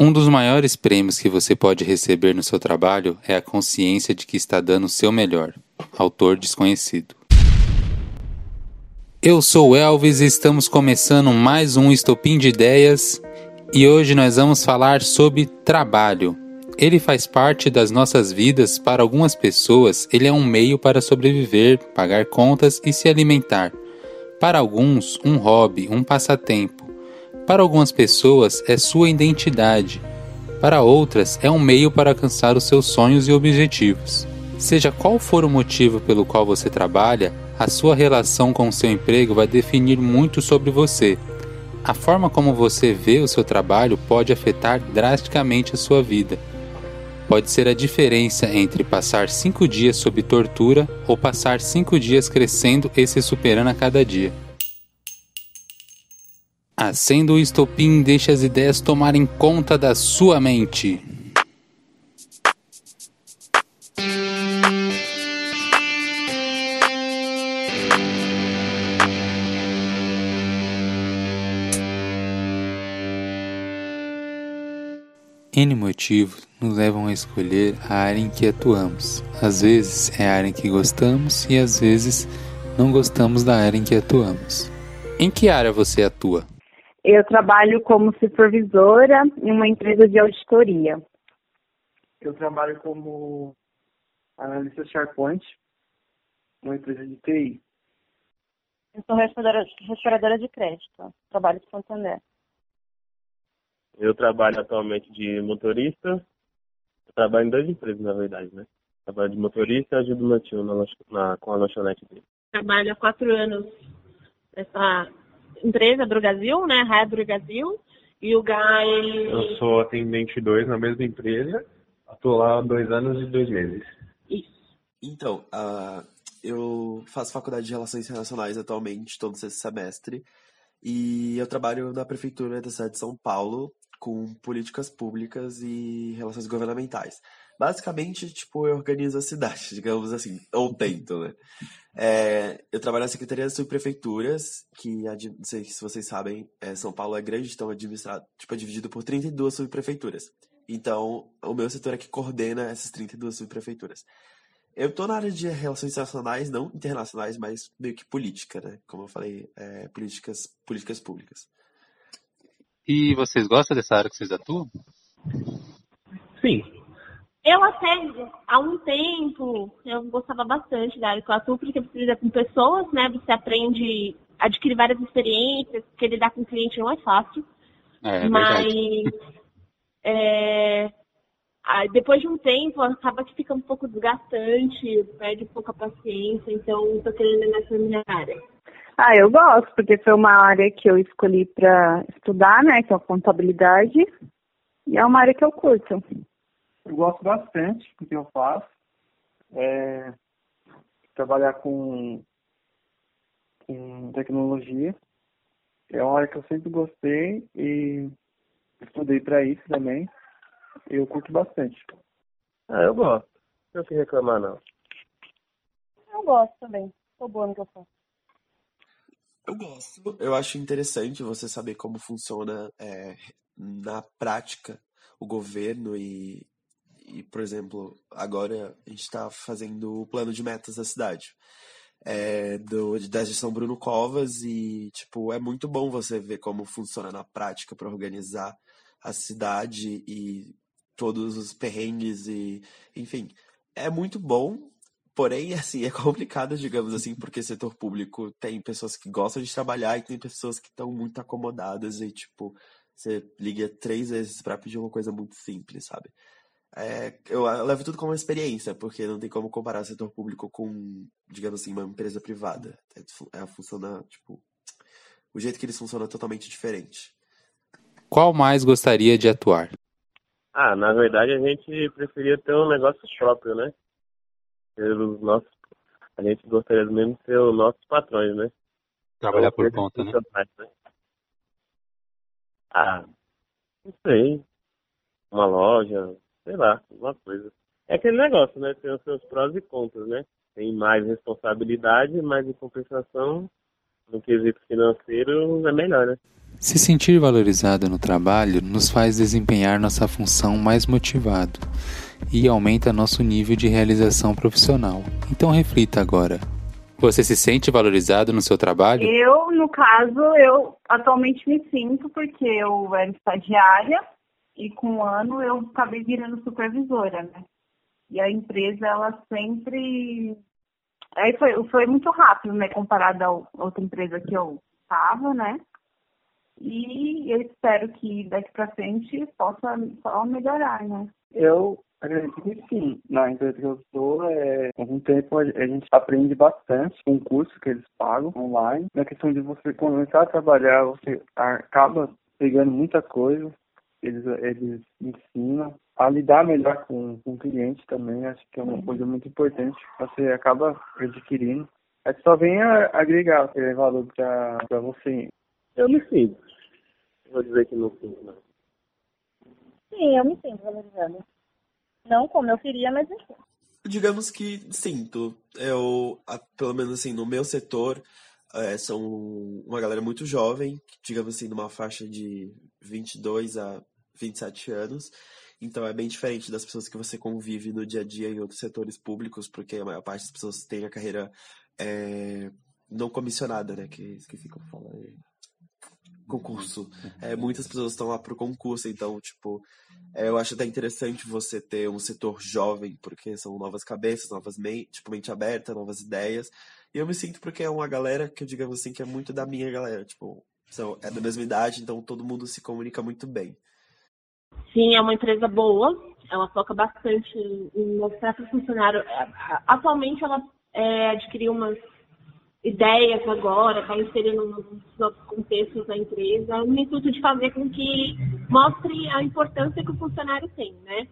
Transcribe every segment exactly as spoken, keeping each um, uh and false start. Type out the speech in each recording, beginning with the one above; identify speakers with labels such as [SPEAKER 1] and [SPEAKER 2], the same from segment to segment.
[SPEAKER 1] Um dos maiores prêmios que você pode receber no seu trabalho é a consciência de que está dando o seu melhor. Autor desconhecido. Eu sou o Elvis e estamos começando mais um Estopim de Ideias e hoje nós vamos falar sobre trabalho. Ele faz parte das nossas vidas. Para algumas pessoas, ele é um meio para sobreviver, pagar contas e se alimentar. Para alguns, um hobby, um passatempo. Para algumas pessoas, é sua identidade. Para outras, é um meio para alcançar os seus sonhos e objetivos. Seja qual for o motivo pelo qual você trabalha, a sua relação com o seu emprego vai definir muito sobre você. A forma como você vê o seu trabalho pode afetar drasticamente a sua vida. Pode ser a diferença entre passar cinco dias sob tortura ou passar cinco dias crescendo e se superando a cada dia. Acenda o estopim e deixe as ideias tomarem conta da sua mente. N motivos nos levam a escolher a área em que atuamos. Às vezes é a área em que gostamos e às vezes não gostamos da área em que atuamos. Em que área você atua?
[SPEAKER 2] Eu trabalho como supervisora em uma empresa de auditoria.
[SPEAKER 3] Eu trabalho como analista SharePoint, uma empresa de T I.
[SPEAKER 4] Eu sou restauradora, restauradora de crédito, trabalho com Santander.
[SPEAKER 5] Eu trabalho atualmente de motorista. Eu trabalho em duas empresas, na verdade, né? Trabalho de motorista e ajudo o meu tio na, na, com a lanchonete dele.
[SPEAKER 6] Trabalho há quatro anos nessa empresa, Drogasil, né? Raia Drogasil. E o Gai...
[SPEAKER 7] Eu sou atendente dois na mesma empresa. Estou lá há dois anos e dois meses.
[SPEAKER 6] Isso.
[SPEAKER 8] Então, uh, eu faço faculdade de Relações Internacionais atualmente, estou no sexto semestre. E eu trabalho na Prefeitura da cidade de São Paulo com políticas públicas e relações governamentais. Basicamente, tipo, eu organizo a cidade, digamos assim, ou tento, né? É, eu trabalho na Secretaria das Subprefeituras, que, não sei se vocês sabem, é, São Paulo é grande, então é administrado, tipo, é dividido por trinta e duas subprefeituras. Então, o meu setor é que coordena essas trinta e duas subprefeituras. Eu tô na área de relações internacionais, não internacionais, mas meio que política, né? Como eu falei, é, políticas, políticas públicas.
[SPEAKER 1] E vocês gostam dessa área que vocês atuam?
[SPEAKER 7] Sim.
[SPEAKER 6] Eu até, há um tempo, eu gostava bastante da área que eu atuo, porque você lida com pessoas, né? Você aprende, adquire várias experiências, porque lidar com cliente não é fácil.
[SPEAKER 1] É, é
[SPEAKER 6] mas,
[SPEAKER 1] verdade.
[SPEAKER 6] É, aí, depois de um tempo, acaba que fica um pouco desgastante, perde um pouco a paciência, então estou querendo ir nessa minha área.
[SPEAKER 2] Ah, eu gosto, porque foi uma área que eu escolhi para estudar, né, que é a contabilidade, e é uma área que eu curto.
[SPEAKER 3] Eu gosto bastante do que eu faço. É, trabalhar com, com tecnologia. É uma área que eu sempre gostei e estudei para isso também. E eu curto bastante.
[SPEAKER 5] Ah, eu gosto. Não sei reclamar, não.
[SPEAKER 4] Eu gosto também. Tô boa no que eu faço.
[SPEAKER 8] Eu gosto. Eu acho interessante você saber como funciona é, na prática o governo e, e, por exemplo, agora a gente está fazendo o plano de metas da cidade. É, do, da gestão Bruno Covas e, tipo, é muito bom você ver como funciona na prática para organizar a cidade e todos os perrengues e, enfim, é muito bom. Porém, assim, é complicado, digamos assim, porque setor público tem pessoas que gostam de trabalhar e tem pessoas que estão muito acomodadas e, tipo, você liga três vezes para pedir uma coisa muito simples, sabe? É, eu levo tudo como uma experiência, porque não tem como comparar setor público com, digamos assim, uma empresa privada. É, é, funciona, tipo, o jeito que eles funcionam é totalmente diferente.
[SPEAKER 1] Qual mais gostaria de atuar?
[SPEAKER 5] Ah, na verdade a gente preferia ter um negócio próprio, né? Pelos nossos, a gente gostaria mesmo de ser os nossos patrões, né?
[SPEAKER 1] Trabalhar
[SPEAKER 5] Então,
[SPEAKER 1] por conta, né?
[SPEAKER 5] né? Ah, não sei. Uma loja, sei lá, alguma coisa. É aquele negócio, né? Tem os seus prós e contras, né? Tem mais responsabilidade, mas em compensação, no quesito financeiro, é melhor, né?
[SPEAKER 1] Se sentir valorizado no trabalho nos faz desempenhar nossa função mais motivado e aumenta nosso nível de realização profissional. Então reflita agora. Você se sente valorizado no seu trabalho?
[SPEAKER 2] Eu, no caso, eu atualmente me sinto porque eu era estagiária e com um ano eu acabei virando supervisora, né? E a empresa, ela sempre... Aí foi, foi muito rápido, né? Comparado a outra empresa que eu estava, né? E eu espero que daqui para frente possa só melhorar, né?
[SPEAKER 3] Eu acredito que sim. Na empresa que eu estou, é, há algum tempo a gente aprende bastante com o curso que eles pagam online. Na questão de você começar a trabalhar, você acaba pegando muita coisa. Eles, eles ensinam a lidar melhor com, com o cliente também. Acho que é uma coisa muito importante. Você acaba adquirindo. É que só vem a agregar aquele valor para você.
[SPEAKER 5] Eu me sinto. Vou dizer que não sinto, não.
[SPEAKER 4] Sim, eu me sinto valorizada. Não como eu queria, mas me sinto.
[SPEAKER 8] Digamos que sinto. Eu, a- pelo menos assim, no meu setor, é, são uma galera muito jovem, digamos assim, numa faixa de vinte e dois a vinte e sete anos. Então é bem diferente das pessoas que você convive no dia a dia em outros setores públicos, porque a maior parte das pessoas tem a carreira é, não comissionada, né? Que, que ficam falando. Concurso. É, muitas pessoas estão lá pro concurso, então, tipo, é, eu acho até interessante você ter um setor jovem, porque são novas cabeças, novas mentes, tipo, mente aberta, novas ideias. E eu me sinto porque é uma galera que eu digamos assim, que é muito da minha galera, tipo, são, é da mesma idade, então todo mundo se comunica muito bem.
[SPEAKER 6] Sim, é uma empresa boa, ela foca bastante em mostrar para o funcionário. Atualmente ela é, adquiriu umas ideias agora, está inserindo nos novos contextos da empresa, no intuito de fazer com que mostre a importância que o funcionário tem, né?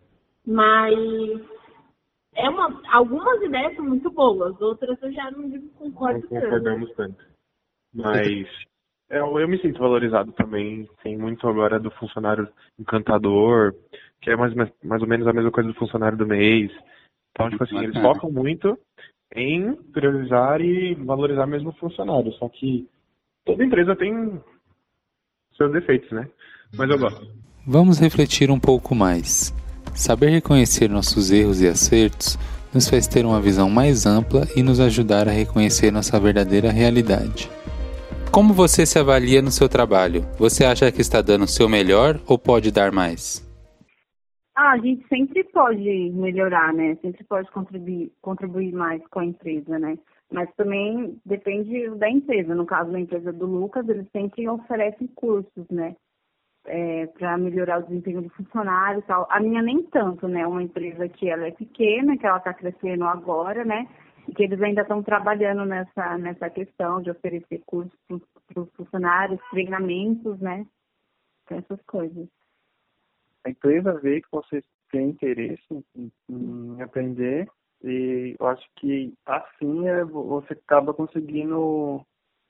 [SPEAKER 6] Mas é uma, algumas ideias são muito boas, outras eu já não concordo
[SPEAKER 7] Não
[SPEAKER 6] tanto.
[SPEAKER 7] concordamos tanto. Mas eu, eu me sinto valorizado também. Tem muito agora do funcionário encantador, que é mais, mais ou menos a mesma coisa do funcionário do mês. Então, tipo assim, eles
[SPEAKER 1] Bacana.
[SPEAKER 7] focam muito em priorizar e valorizar mesmo o funcionário. Só que toda empresa tem seus defeitos, né? Mas eu gosto.
[SPEAKER 1] Vamos refletir um pouco mais. Saber reconhecer nossos erros e acertos nos faz ter uma visão mais ampla e nos ajudar a reconhecer nossa verdadeira realidade. Como você se avalia no seu trabalho? Você acha que está dando o seu melhor ou pode dar mais?
[SPEAKER 2] Ah, a gente sempre pode melhorar, né? Sempre pode contribuir, contribuir mais com a empresa, né? Mas também depende da empresa. No caso da empresa do Lucas, eles sempre oferecem cursos, né? É, para melhorar o desempenho do funcionário e tal. A minha nem tanto, né? Uma empresa que ela é pequena, que ela está crescendo agora, né? E que eles ainda estão trabalhando nessa, nessa questão de oferecer cursos para os funcionários, treinamentos, né? Essas coisas.
[SPEAKER 3] A empresa vê que você tem interesse em, em aprender e eu acho que assim é, você acaba conseguindo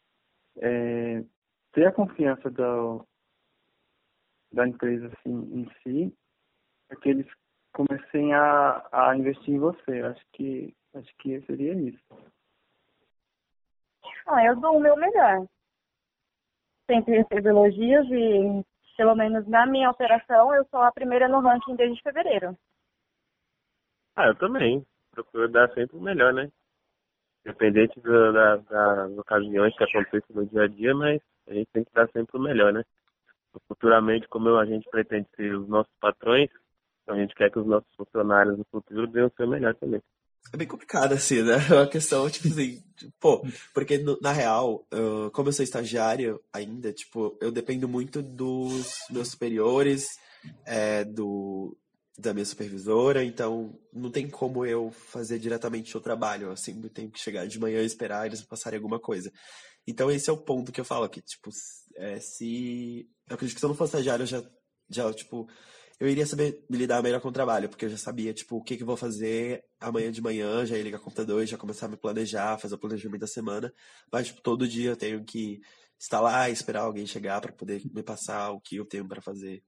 [SPEAKER 3] é, ter a confiança da, da empresa assim, em si, para que eles comecem a, a investir em você. Acho que, acho que seria isso.
[SPEAKER 4] Ah, eu dou o meu melhor. Sempre recebo elogios e, pelo menos na minha operação, eu sou a primeira no ranking desde fevereiro.
[SPEAKER 5] Ah, eu também. Procuro dar sempre o melhor, né? Independente da, da, das ocasiões que acontecem no dia a dia, mas a gente tem que dar sempre o melhor, né? Futuramente, como a gente pretende ser os nossos patrões, a gente quer que os nossos funcionários no futuro deem o seu melhor também.
[SPEAKER 8] É bem complicado, assim, né? É uma questão, tipo assim, pô, porque no- na real, eu- como eu sou estagiário ainda, tipo, eu dependo muito dos meus superiores, é, do, da minha supervisora, então não tem como eu fazer diretamente o trabalho, assim, eu tenho que chegar de manhã e esperar eles me passarem alguma coisa. Então esse é o ponto que eu falo aqui, tipo, é, se... Eu acredito que se eu não fosse estagiário, eu já, já, tipo, eu iria saber me lidar melhor com o trabalho, porque eu já sabia, tipo, o que que eu vou fazer amanhã de manhã, já ia ligar o computador e já começar a me planejar, fazer o planejamento da semana. Mas, tipo, todo dia eu tenho que estar lá e esperar alguém chegar para poder me passar o que eu tenho para fazer.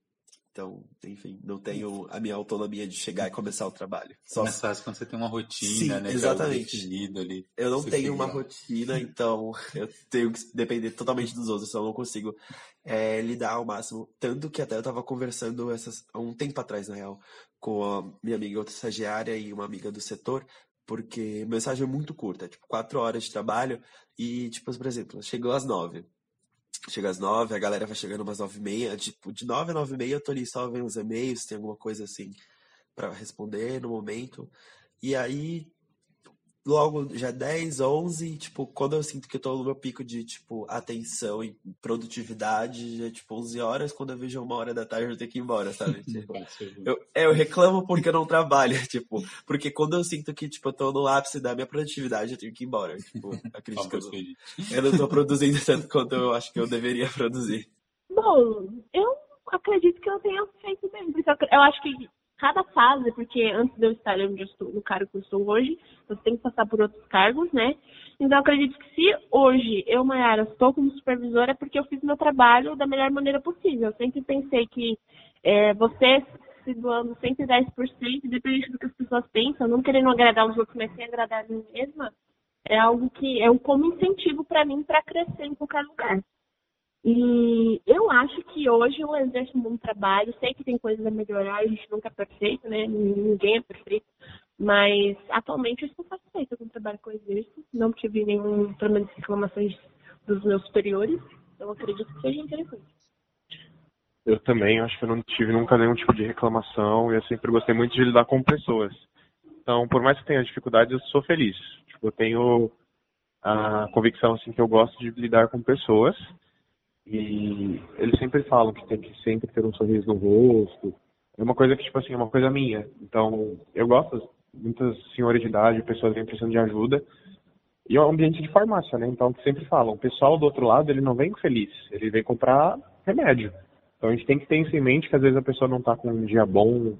[SPEAKER 8] Então, enfim, não tenho a minha autonomia de chegar e começar o trabalho. Só...
[SPEAKER 1] É mais fácil quando você tem uma rotina,
[SPEAKER 8] Sim,
[SPEAKER 1] né?
[SPEAKER 8] exatamente.
[SPEAKER 1] Definido ali.
[SPEAKER 8] Eu não
[SPEAKER 1] Você
[SPEAKER 8] tenho
[SPEAKER 1] fica...
[SPEAKER 8] uma rotina, então eu tenho que depender totalmente dos outros, então eu não consigo é, lidar ao máximo. Tanto que até eu tava conversando essas, há um tempo atrás, na real, com a minha amiga outra estagiária e uma amiga do setor, porque mensagem é muito curta, tipo, quatro horas de trabalho e, tipo, por exemplo, chegou às nove. Chega às nove, a galera vai chegando umas nove e meia, tipo, de nove a nove e meia eu tô ali só vendo os e-mails, tem alguma coisa assim pra responder no momento. E aí, logo já dez, onze, tipo, quando eu sinto que eu tô no meu pico de, tipo, atenção e produtividade, já é tipo onze horas, quando eu vejo uma hora da tarde eu tenho que ir embora, sabe? Tipo, eu, é, eu reclamo porque eu não trabalho, tipo, porque quando eu sinto que, tipo, eu tô no ápice da minha produtividade, eu tenho que ir embora, tipo, acredito que eu não, eu não tô produzindo tanto quanto eu acho que eu deveria produzir.
[SPEAKER 6] Bom, eu acredito que eu tenha feito mesmo, porque eu, eu acho que cada fase, porque antes de eu estar onde eu estou, no cargo que eu estou hoje, eu tenho que passar por outros cargos, né? Então, eu acredito que se hoje eu, Mayara, estou como supervisora, é porque eu fiz meu trabalho da melhor maneira possível. Eu sempre pensei que é, você se doando cento e dez por cento, independente do que as pessoas pensam, não querendo agradar os outros, mas sem agradar a mim mesma, é algo que é um como incentivo para mim para crescer em qualquer lugar. E eu acho que hoje eu exerço um bom trabalho, sei que tem coisas a melhorar, a gente nunca é perfeito, né? Ninguém é perfeito, mas atualmente eu estou satisfeita com o trabalho que eu exerço, não tive nenhum problema de reclamações dos meus superiores, então acredito que seja interessante.
[SPEAKER 7] Eu também, acho que eu não tive nunca nenhum tipo de reclamação e eu sempre gostei muito de lidar com pessoas. Então, por mais que tenha dificuldades, eu sou feliz. Tipo, eu tenho a convicção assim, que eu gosto de lidar com pessoas. E eles sempre falam que tem que sempre ter um sorriso no rosto. É uma coisa que, tipo assim, é uma coisa minha. Então, eu gosto, muitas senhoras de idade, pessoas vêm precisando de ajuda. E é um ambiente de farmácia, né? Então, sempre falam, o pessoal do outro lado, ele não vem feliz, ele vem comprar remédio. Então, a gente tem que ter isso em mente, que às vezes a pessoa não tá com um dia bom.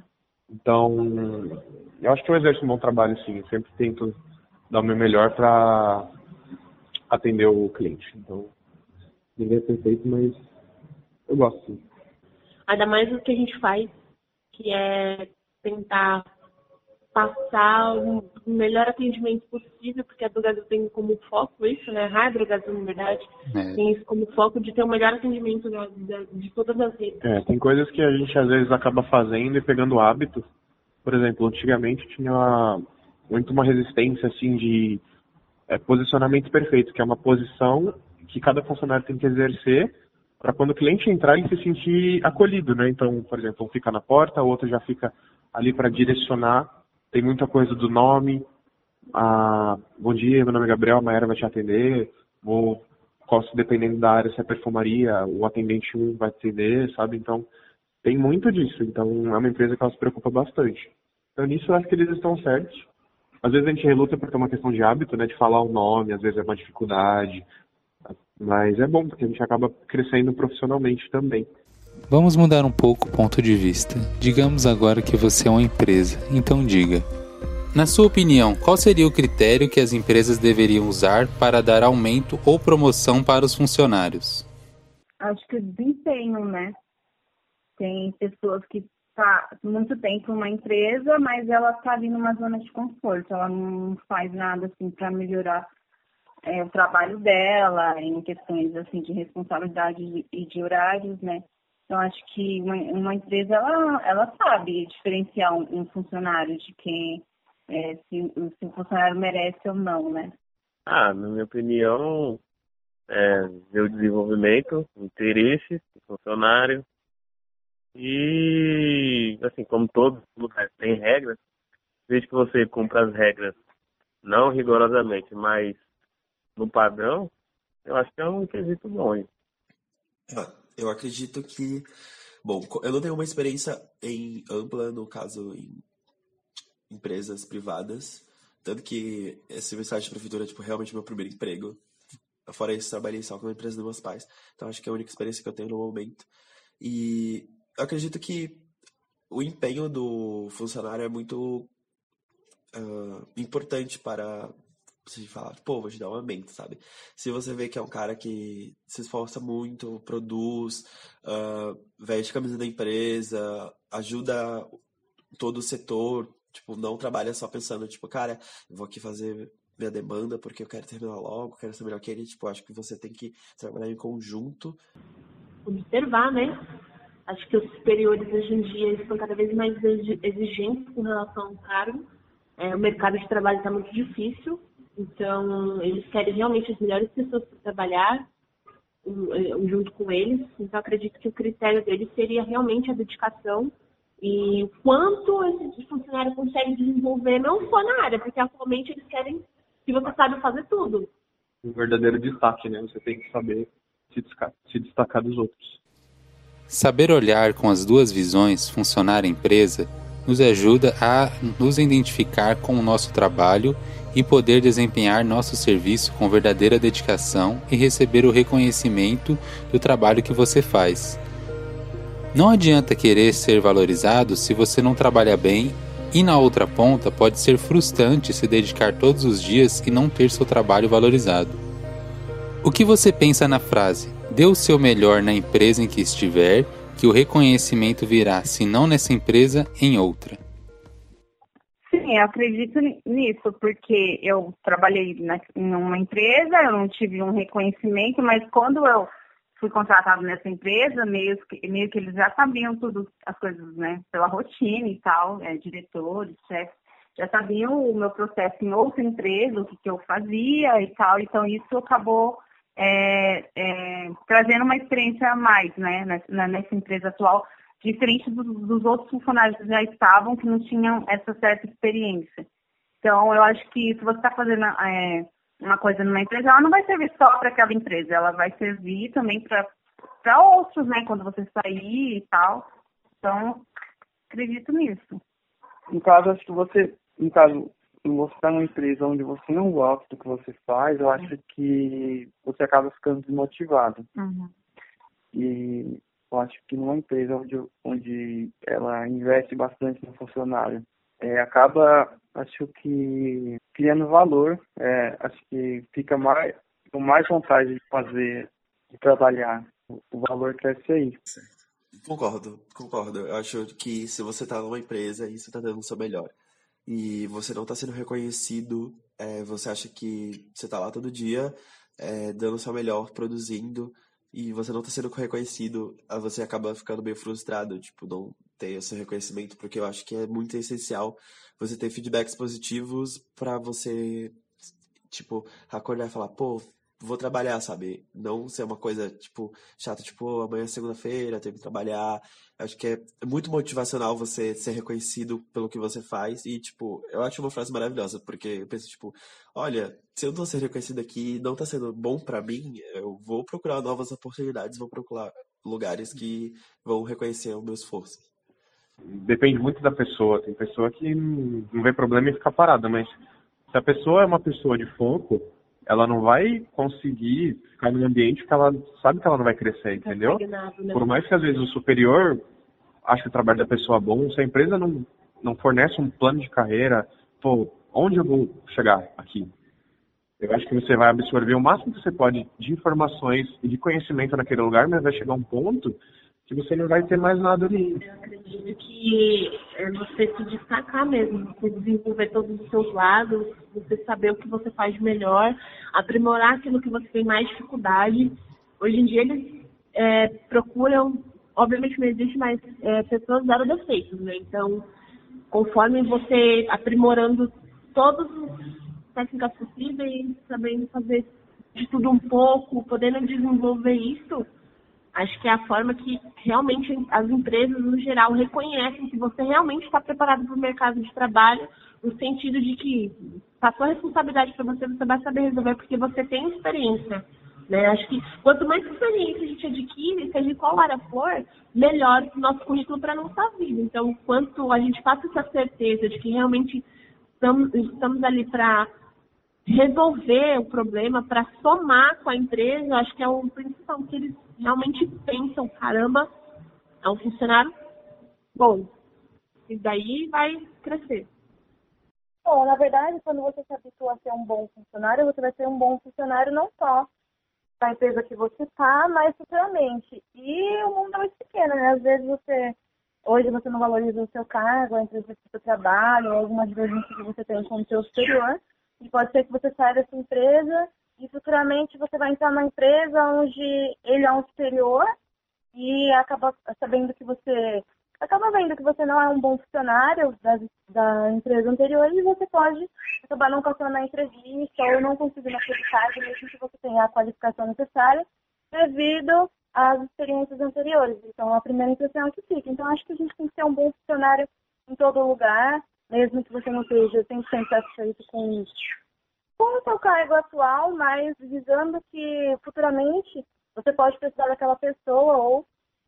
[SPEAKER 7] Então, eu acho que eu exerço um bom trabalho, sim. Eu sempre tento dar o meu melhor para atender o cliente. Então, ninguém é perfeito, mas eu gosto, sim.
[SPEAKER 6] Ainda mais o que a gente faz, que é tentar passar o melhor atendimento possível, porque a Drogasil tem como foco isso, né? A Rádio Drogasil, na verdade, é. tem isso como foco de ter o melhor atendimento da, da, de todas as redes.
[SPEAKER 7] É, tem coisas que a gente às vezes acaba fazendo e pegando hábito. Por exemplo, antigamente tinha uma, muito uma resistência assim de é, posicionamento perfeito, que é uma posição que cada funcionário tem que exercer para quando o cliente entrar ele se sentir acolhido, né? Então, por exemplo, um fica na porta, o outro já fica ali para direcionar. Tem muita coisa do nome. Ah, bom dia, meu nome é Gabriel, a Mayara vai te atender. Ou, dependendo da área, se é perfumaria, o atendente um vai atender, sabe? Então, tem muito disso. Então, é uma empresa que ela se preocupa bastante. Então, nisso eu acho que eles estão certos. Às vezes a gente reluta porque é uma questão de hábito, né? De falar o nome, às vezes é uma dificuldade. Mas é bom, porque a gente acaba crescendo profissionalmente também.
[SPEAKER 1] Vamos mudar um pouco o ponto de vista. Digamos agora que você é uma empresa, então diga. Na sua opinião, qual seria o critério que as empresas deveriam usar para dar aumento ou promoção para os funcionários?
[SPEAKER 2] Acho que o desempenho, né? Tem pessoas que tá muito tempo numa empresa, mas ela está ali numa zona de conforto. Ela não faz nada assim para melhorar é, o trabalho dela em questões assim de responsabilidade e de horários, né? Então, acho que uma, uma empresa, ela, ela sabe diferenciar um, um funcionário de quem, é, se, se o funcionário merece ou não, né?
[SPEAKER 5] Ah, na minha opinião, é ver o desenvolvimento, o interesse do funcionário e, assim, como todo lugar tem regras, desde que você cumpra as regras, não rigorosamente, mas no padrão, eu acho que é um quesito bom, hein?
[SPEAKER 8] Eu acredito que... Bom, eu não tenho uma experiência em ampla, no caso, em empresas privadas. Tanto que esse estágio de prefeitura é tipo, realmente meu primeiro emprego. Fora isso, trabalhei só com a empresa dos meus pais. Então, acho que é a única experiência que eu tenho no momento. E eu acredito que o empenho do funcionário é muito uh, importante para você fala, pô, vou te dar um aumento, sabe? Se você vê que é um cara que se esforça muito, produz, uh, veste a camisa da empresa, ajuda todo o setor, tipo, não trabalha só pensando, tipo, cara, eu vou aqui fazer minha demanda porque eu quero terminar logo, quero ser melhor que ele, tipo, acho que você tem que trabalhar em conjunto.
[SPEAKER 6] Observar, né? Acho que os superiores hoje em dia eles estão cada vez mais exigentes com relação ao cargo. É, o mercado de trabalho está muito difícil, então eles querem realmente as melhores pessoas para trabalhar um, junto com eles. Então acredito que o critério deles seria realmente a dedicação e o quanto esse funcionário consegue desenvolver, não só na área, porque atualmente eles querem que você saiba fazer tudo.
[SPEAKER 7] Um verdadeiro destaque, né? Você tem que saber se destacar, se destacar dos outros.
[SPEAKER 1] Saber olhar com as duas visões funcionar a empresa nos ajuda a nos identificar com o nosso trabalho e poder desempenhar nosso serviço com verdadeira dedicação e receber o reconhecimento do trabalho que você faz. Não adianta querer ser valorizado se você não trabalha bem, e na outra ponta pode ser frustrante se dedicar todos os dias e não ter seu trabalho valorizado. O que você pensa na frase "dê o seu melhor na empresa em que estiver, que o reconhecimento virá, se não nessa empresa, em outra"?
[SPEAKER 2] Sim, eu acredito nisso, porque eu trabalhei na, em uma empresa, eu não tive um reconhecimento, mas quando eu fui contratada nessa empresa, meio que, meio que eles já sabiam tudo, as coisas, né, pela rotina e tal, é, diretores, chefes, já sabiam o meu processo em outra empresa, o que, que eu fazia e tal, então isso acabou é, é, trazendo uma experiência a mais, né, nessa, nessa empresa atual, diferente do, dos outros funcionários que já estavam, que não tinham essa certa experiência. Então, eu acho que se você está fazendo é, uma coisa numa empresa, ela não vai servir só para aquela empresa, ela vai servir também para outros, né, quando você sair e tal. Então, acredito nisso.
[SPEAKER 3] No caso, acho que você, no caso, você está numa empresa onde você não gosta do que você faz, eu acho que você acaba ficando desmotivado.
[SPEAKER 2] Uhum.
[SPEAKER 3] E eu acho que numa empresa onde, onde ela investe bastante no funcionário, é, acaba, acho que, criando valor, é, acho que fica mais, com mais vontade de fazer, de trabalhar. O, o valor cresce aí.
[SPEAKER 8] Certo. Concordo, concordo. Eu acho que se você está numa empresa e você está dando o seu melhor e você não está sendo reconhecido, é, você acha que você está lá todo dia, é, dando o seu melhor, produzindo, e você não está sendo reconhecido, você acaba ficando meio frustrado, tipo, não ter esse reconhecimento, porque eu acho que é muito essencial você ter feedbacks positivos para você, tipo, acordar e falar, pô, vou trabalhar, sabe? Não ser uma coisa, tipo, chata, tipo, amanhã é segunda-feira, tenho que trabalhar. Acho que é muito motivacional você ser reconhecido pelo que você faz. E, tipo, eu acho uma frase maravilhosa, porque eu penso, tipo, olha, se eu não tô sendo reconhecido aqui e não tá sendo bom pra mim, eu vou procurar novas oportunidades, vou procurar lugares que vão reconhecer o meu esforço.
[SPEAKER 7] Depende muito da pessoa. Tem pessoa que não vê problema em ficar parada, mas se a pessoa é uma pessoa de foco, ela não vai conseguir ficar num ambiente que ela sabe que ela não vai crescer, entendeu? Por mais que às vezes o superior ache o trabalho da pessoa bom, se a empresa não, não fornece um plano de carreira, pô, onde eu vou chegar aqui? Eu acho que você vai absorver o máximo que você pode de informações e de conhecimento naquele lugar, mas vai chegar um ponto que você não vai ter mais nada ali.
[SPEAKER 6] Eu acredito que é você se destacar mesmo, você desenvolver todos os seus lados, você saber o que você faz de melhor, aprimorar aquilo que você tem mais dificuldade. Hoje em dia eles é, procuram, obviamente não existe mais é, pessoas zero defeitos, né? Então, conforme você aprimorando todas as técnicas possíveis, sabendo fazer de tudo um pouco, podendo desenvolver isso, acho que é a forma que realmente as empresas, no geral, reconhecem que você realmente está preparado para o mercado de trabalho, no sentido de que passou a responsabilidade para você, você vai saber resolver porque você tem experiência. Né? Acho que quanto mais experiência a gente adquire, seja em qual área for, melhor o nosso currículo para a nossa vida. Então, quanto a gente passa essa certeza de que realmente estamos, estamos ali para resolver o problema, para somar com a empresa, acho que é o principal que eles realmente pensam, caramba, é um funcionário bom. E daí vai crescer.
[SPEAKER 4] Bom, na verdade, quando você se habitua a ser um bom funcionário, você vai ser um bom funcionário não só da empresa que você está, mas futuramente. E o mundo é muito pequeno, né? Às vezes você, hoje você não valoriza o seu cargo, a empresa que você trabalha, ou alguma divergência que você tem com o seu superior, e pode ser que você saia dessa empresa e futuramente você vai entrar numa empresa onde ele é um superior e acaba sabendo que você, acaba vendo que você não é um bom funcionário da, da empresa anterior e você pode acabar não passando na entrevista ou não conseguindo aquele cargo, mesmo que você tenha a qualificação necessária, devido às experiências anteriores. Então, a primeira impressão é que fica. Então, acho que a gente tem que ser um bom funcionário em todo lugar, mesmo que você não esteja cem por cento satisfeito com, com o seu cargo atual, mas visando que futuramente você pode precisar daquela pessoa ou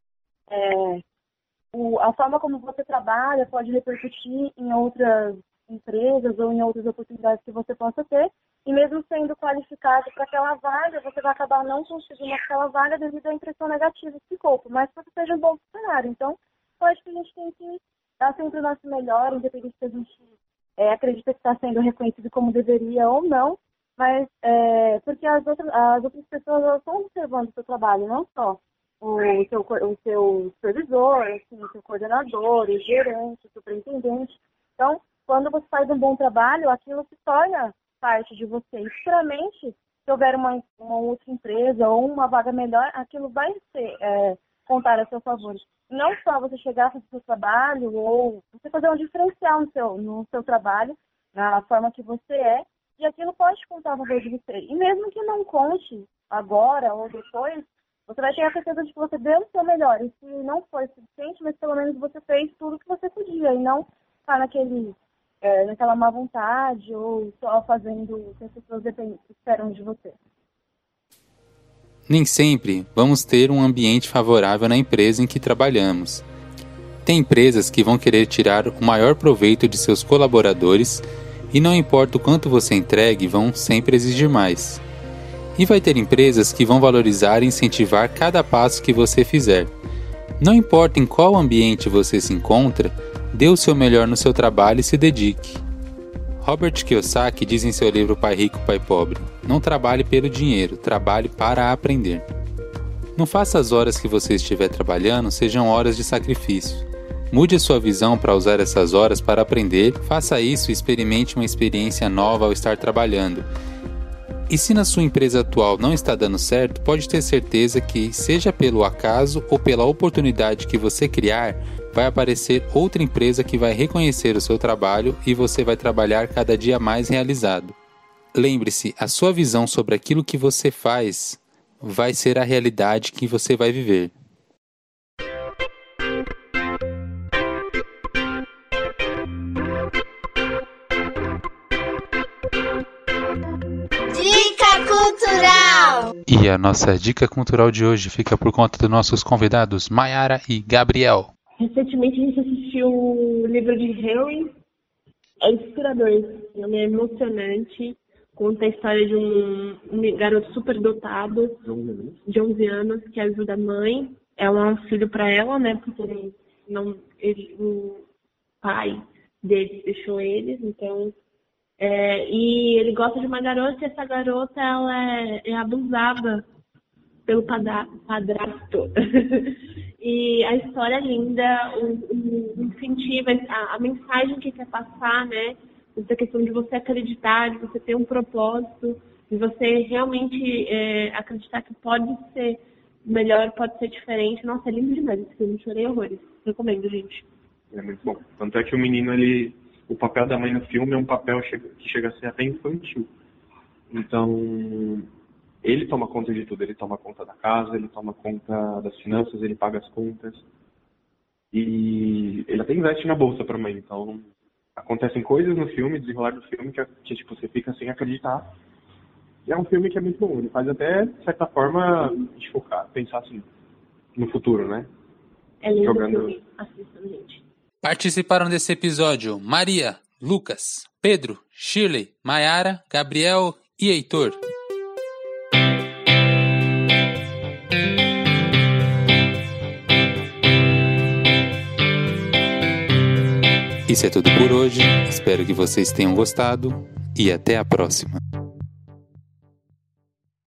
[SPEAKER 4] é, o, a forma como você trabalha pode repercutir em outras empresas ou em outras oportunidades que você possa ter. E mesmo sendo qualificado para aquela vaga, você vai acabar não conseguindo aquela vaga devido à impressão negativa que ficou, por mais que você seja um bom funcionário. Então, eu acho que a gente tem que dar sempre o nosso melhor, independente se a gente é, acredita que está sendo reconhecido como deveria ou não, mas é, porque as outras, as outras pessoas elas estão observando o seu trabalho, não só o seu, o seu supervisor, assim, o seu coordenador, o gerente, o superintendente. Então, quando você faz um bom trabalho, aquilo se torna parte de você. E futuramente, se houver uma, uma outra empresa ou uma vaga melhor, aquilo vai ser, é, contar a seu favor. Não só você chegar a fazer o seu trabalho ou você fazer um diferencial no seu, no seu trabalho, na forma que você é, e aquilo pode contar a favor de você. E mesmo que não conte agora ou depois, você vai ter a certeza de que você deu o seu melhor. E se não foi suficiente, mas pelo menos você fez tudo o que você podia e não está naquele... É, naquela má vontade ou só fazendo o que as pessoas depend- esperam de você.
[SPEAKER 1] Nem sempre vamos ter um ambiente favorável na empresa em que trabalhamos. Tem empresas que vão querer tirar o maior proveito de seus colaboradores e não importa o quanto você entregue, vão sempre exigir mais. E vai ter empresas que vão valorizar e incentivar cada passo que você fizer. Não importa em qual ambiente você se encontra, dê o seu melhor no seu trabalho e se dedique. Robert Kiyosaki diz em seu livro Pai Rico, Pai Pobre: não trabalhe pelo dinheiro, trabalhe para aprender. Não faça as horas que você estiver trabalhando sejam horas de sacrifício. Mude a sua visão para usar essas horas para aprender, faça isso e experimente uma experiência nova ao estar trabalhando. E se na sua empresa atual não está dando certo, pode ter certeza que, seja pelo acaso ou pela oportunidade que você criar, vai aparecer outra empresa que vai reconhecer o seu trabalho e você vai trabalhar cada dia mais realizado. Lembre-se, a sua visão sobre aquilo que você faz vai ser a realidade que você vai viver.
[SPEAKER 9] Cultural.
[SPEAKER 1] E a nossa dica cultural de hoje fica por conta dos nossos convidados Mayara e Gabriel.
[SPEAKER 6] Recentemente a gente assistiu o livro de Henry. É inspirador, esse filme é emocionante. Conta a história de um, um garoto super dotado de onze anos que ajuda a mãe. Ela é um filho para ela, né? Porque ele não, ele, o pai dele deixou eles, então... É, e ele gosta de uma garota e essa garota ela é, é abusada pelo padra, padrasto. E a história é linda, o, o incentivo, a, a mensagem que quer passar, né? Essa questão de você acreditar, de você ter um propósito, de você realmente é, acreditar que pode ser melhor, pode ser diferente. Nossa, é lindo demais esse filme, chorei horrores. Recomendo, gente.
[SPEAKER 7] É muito bom. Tanto é que o menino, ele... O papel da mãe no filme é um papel que chega a ser até infantil. Então, ele toma conta de tudo. Ele toma conta da casa, ele toma conta das finanças, ele paga as contas. E ele até investe na bolsa para a mãe. Então, acontecem coisas no filme, desenrolar do filme, que, que tipo, você fica sem acreditar. E é um filme que é muito bom. Ele faz até, de certa forma, de focar, pensar assim, no futuro, né?
[SPEAKER 6] É lindo
[SPEAKER 7] Jogando...
[SPEAKER 6] filme. Assistam, gente.
[SPEAKER 1] Participaram desse episódio Maria, Lucas, Pedro, Shirley, Mayara, Gabriel e Heitor. Isso é tudo por hoje, espero que vocês tenham gostado e até a próxima.